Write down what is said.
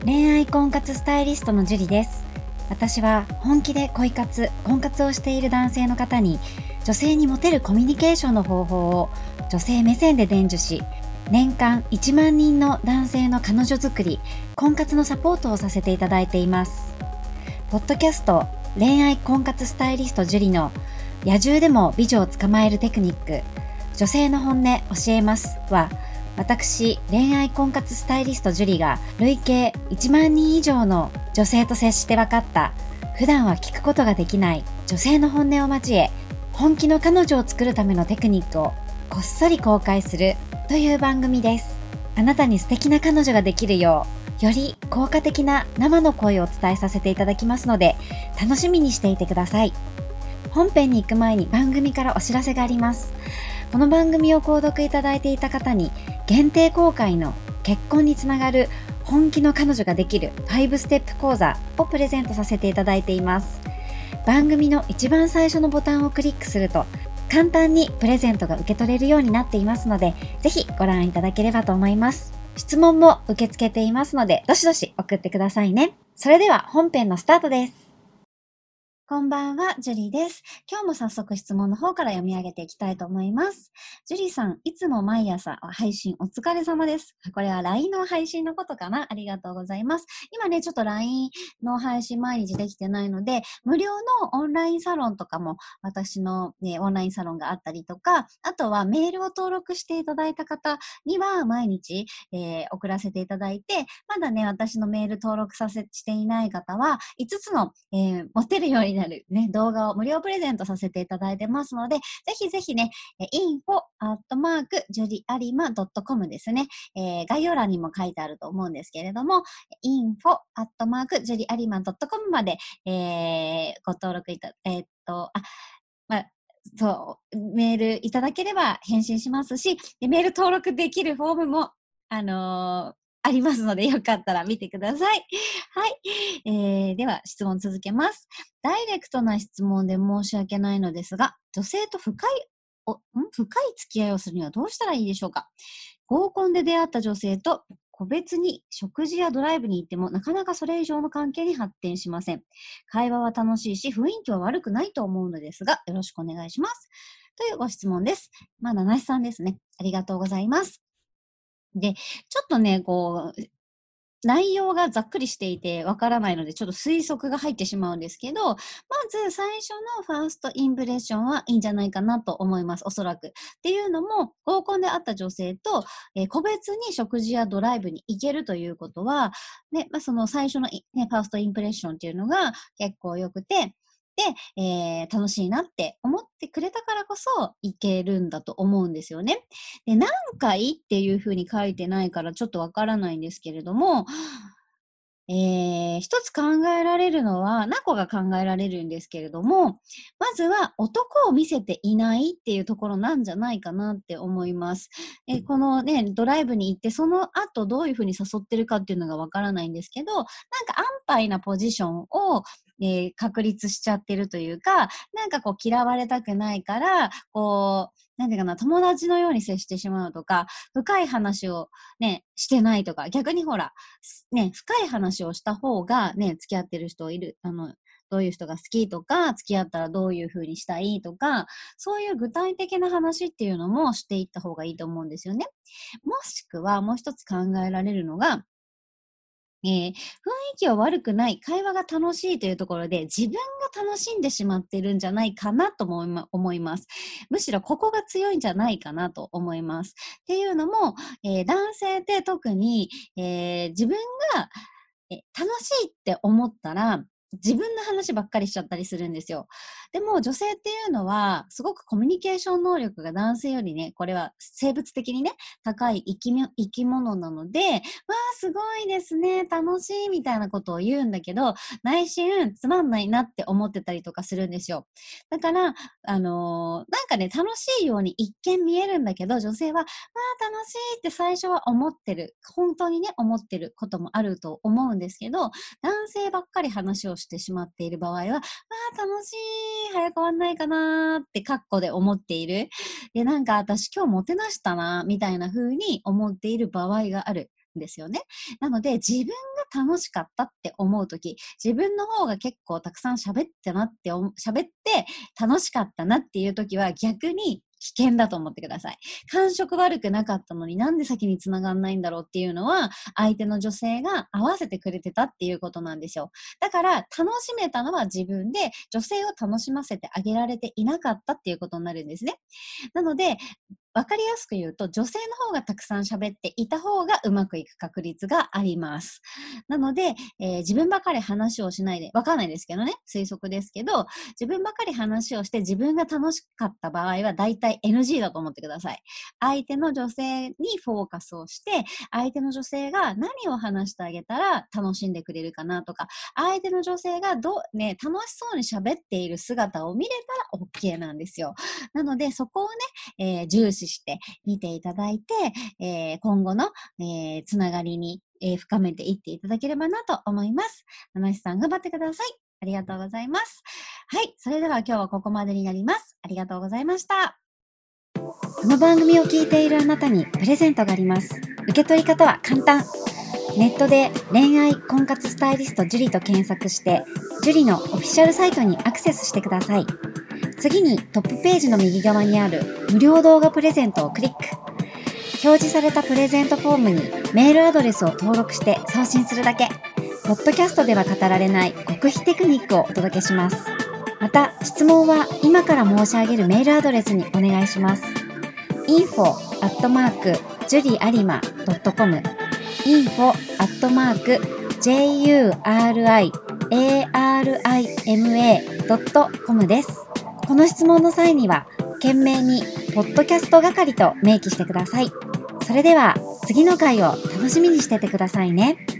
恋愛婚活スタイリストのジュリです。私は本気で恋活、婚活をしている男性の方に女性にモテるコミュニケーションの方法を女性目線で伝授し、年間1万人の男性の彼女作り、婚活のサポートをさせていただいています。ポッドキャスト恋愛婚活スタイリストジュリの野獣でも美女を捕まえるテクニック、女性の本音教えますは、私恋愛婚活スタイリストジュリが累計1万人以上の女性と接して分かった普段は聞くことができない女性の本音を交え、本気の彼女を作るためのテクニックをこっそり公開するという番組です。あなたに素敵な彼女ができるよう、より効果的な生の声をお伝えさせていただきますので、楽しみにしていてください。本編に行く前に番組からお知らせがあります。この番組を購読いただいていた方に限定公開の結婚につながる本気の彼女ができる5ステップ講座をプレゼントさせていただいています。番組の一番最初のボタンをクリックすると簡単にプレゼントが受け取れるようになっていますので、ぜひご覧いただければと思います。質問も受け付けていますので、どしどし送ってくださいね。それでは本編のスタートです。こんばんは、ジュリーです。今日も早速質問の方から読み上げていきたいと思います。ジュリーさん、いつも毎朝配信お疲れ様です。これは LINE の配信のことかな？ありがとうございます。今ね、ちょっと LINE の配信毎日できてないので、無料のオンラインサロンとかも私の、ね、オンラインサロンがあったりとか、あとはメールを登録していただいた方には毎日、送らせていただいて、まだね、私のメール登録していない方は5つの、持てるようになる、ね、動画を無料プレゼントさせていただいてますので、ぜひぜひね、info@juriarima.com ですね、概要欄にも書いてあると思うんですけれども、info@juriarima.com まで、ご登録メールいただければ返信しますし、メール登録できるフォームも、ありますので、よかったら見てください。はい。では、質問続けます。ダイレクトな質問で申し訳ないのですが、女性と深い付き合いをするにはどうしたらいいでしょうか？合コンで出会った女性と個別に食事やドライブに行ってもなかなかそれ以上の関係に発展しません。会話は楽しいし雰囲気は悪くないと思うのですが、よろしくお願いします。というご質問です。七七さんですね。ありがとうございます。で、ちょっとね、内容がざっくりしていてわからないので、ちょっと推測が入ってしまうんですけど、まず最初のファーストインプレッションはいいんじゃないかなと思います、おそらく。っていうのも、合コンで会った女性と、個別に食事やドライブに行けるということは、ね、その最初の、ね、ファーストインプレッションっていうのが結構良くて、で、楽しいなって思ってくれたからこそいけるんだと思うんですよね。で、何回っていうふうに書いてないからちょっとわからないんですけれども、一つ考えられるのは、何個か考えられるんですけれども、まずは男を見せていないっていうところなんじゃないかなって思います。このね、ドライブに行って、その後どういうふうに誘ってるかっていうのがわからないんですけど、なんか安牌なポジションを、確立しちゃってるというか、なんか嫌われたくないから、なんていうかな、友達のように接してしまうとか、深い話をね、してないとか、逆にほら、ね、深い話をした方がね、付き合ってる人いる、どういう人が好きとか、付き合ったらどういう風にしたいとか、そういう具体的な話っていうのもしていった方がいいと思うんですよね。もしくはもう一つ考えられるのが、雰囲気は悪くない、会話が楽しいというところで、自分が楽しんでしまってるんじゃないかなと思います。むしろここが強いんじゃないかなと思います。っていうのも、男性って特に、自分が楽しいって思ったら、自分の話ばっかりしちゃったりするんですよ。でも女性っていうのは、すごくコミュニケーション能力が男性よりね、これは生物的にね、高い生き物なので、わあ、すごいですね、楽しいみたいなことを言うんだけど、内心つまんないなって思ってたりとかするんですよ。だから、なんかね、楽しいように一見見えるんだけど、女性は、わあ、楽しいって最初は思ってる。本当にね、思ってることもあると思うんですけど、男性ばっかり話をしてしまっている場合は、わあ、楽しい、早く終わんないかなーってカッコで思っている。で、なんか私今日もてなしたな、みたいな風に思っている場合があるんですよね。なので、自分楽しかったって思うとき、自分の方が結構たくさん喋って楽しかったなっていうときは逆に危険だと思ってください。感触悪くなかったのになんで先に繋がんないんだろうっていうのは、相手の女性が合わせてくれてたっていうことなんですよ。だから楽しめたのは自分で、女性を楽しませてあげられていなかったっていうことになるんですね。なので、わかりやすく言うと、女性の方がたくさん喋っていた方がうまくいく確率があります。なので、自分ばかり話をしないで、わかんないですけどね、推測ですけど、自分ばかり話をして自分が楽しかった場合は大体 NG だと思ってください。相手の女性にフォーカスをして、相手の女性が何を話してあげたら楽しんでくれるかなとか、相手の女性が楽しそうに喋っている姿を見れたら OK なんですよ。なので、そこをね、重視して見ていただいて、今後の、つながりに、深めていっていただければなと思います。七瀬さん頑張ってください。ありがとうございます。はい。それでは今日はここまでになります。ありがとうございました。この番組を聞いているあなたにプレゼントがあります。受け取り方は簡単。ネットで恋愛婚活スタイリスト樹と検索して、樹のオフィシャルサイトにアクセスしてください。次にトップページの右側にある無料動画プレゼントをクリック。表示されたプレゼントフォームにメールアドレスを登録して送信するだけ。ポッドキャストでは語られない極秘テクニックをお届けします。また、質問は今から申し上げるメールアドレスにお願いします。info@juriarima.com info@juriarima.com です。この質問の際には、懸命にポッドキャスト係と明記してください。それでは次の回を楽しみにしててくださいね。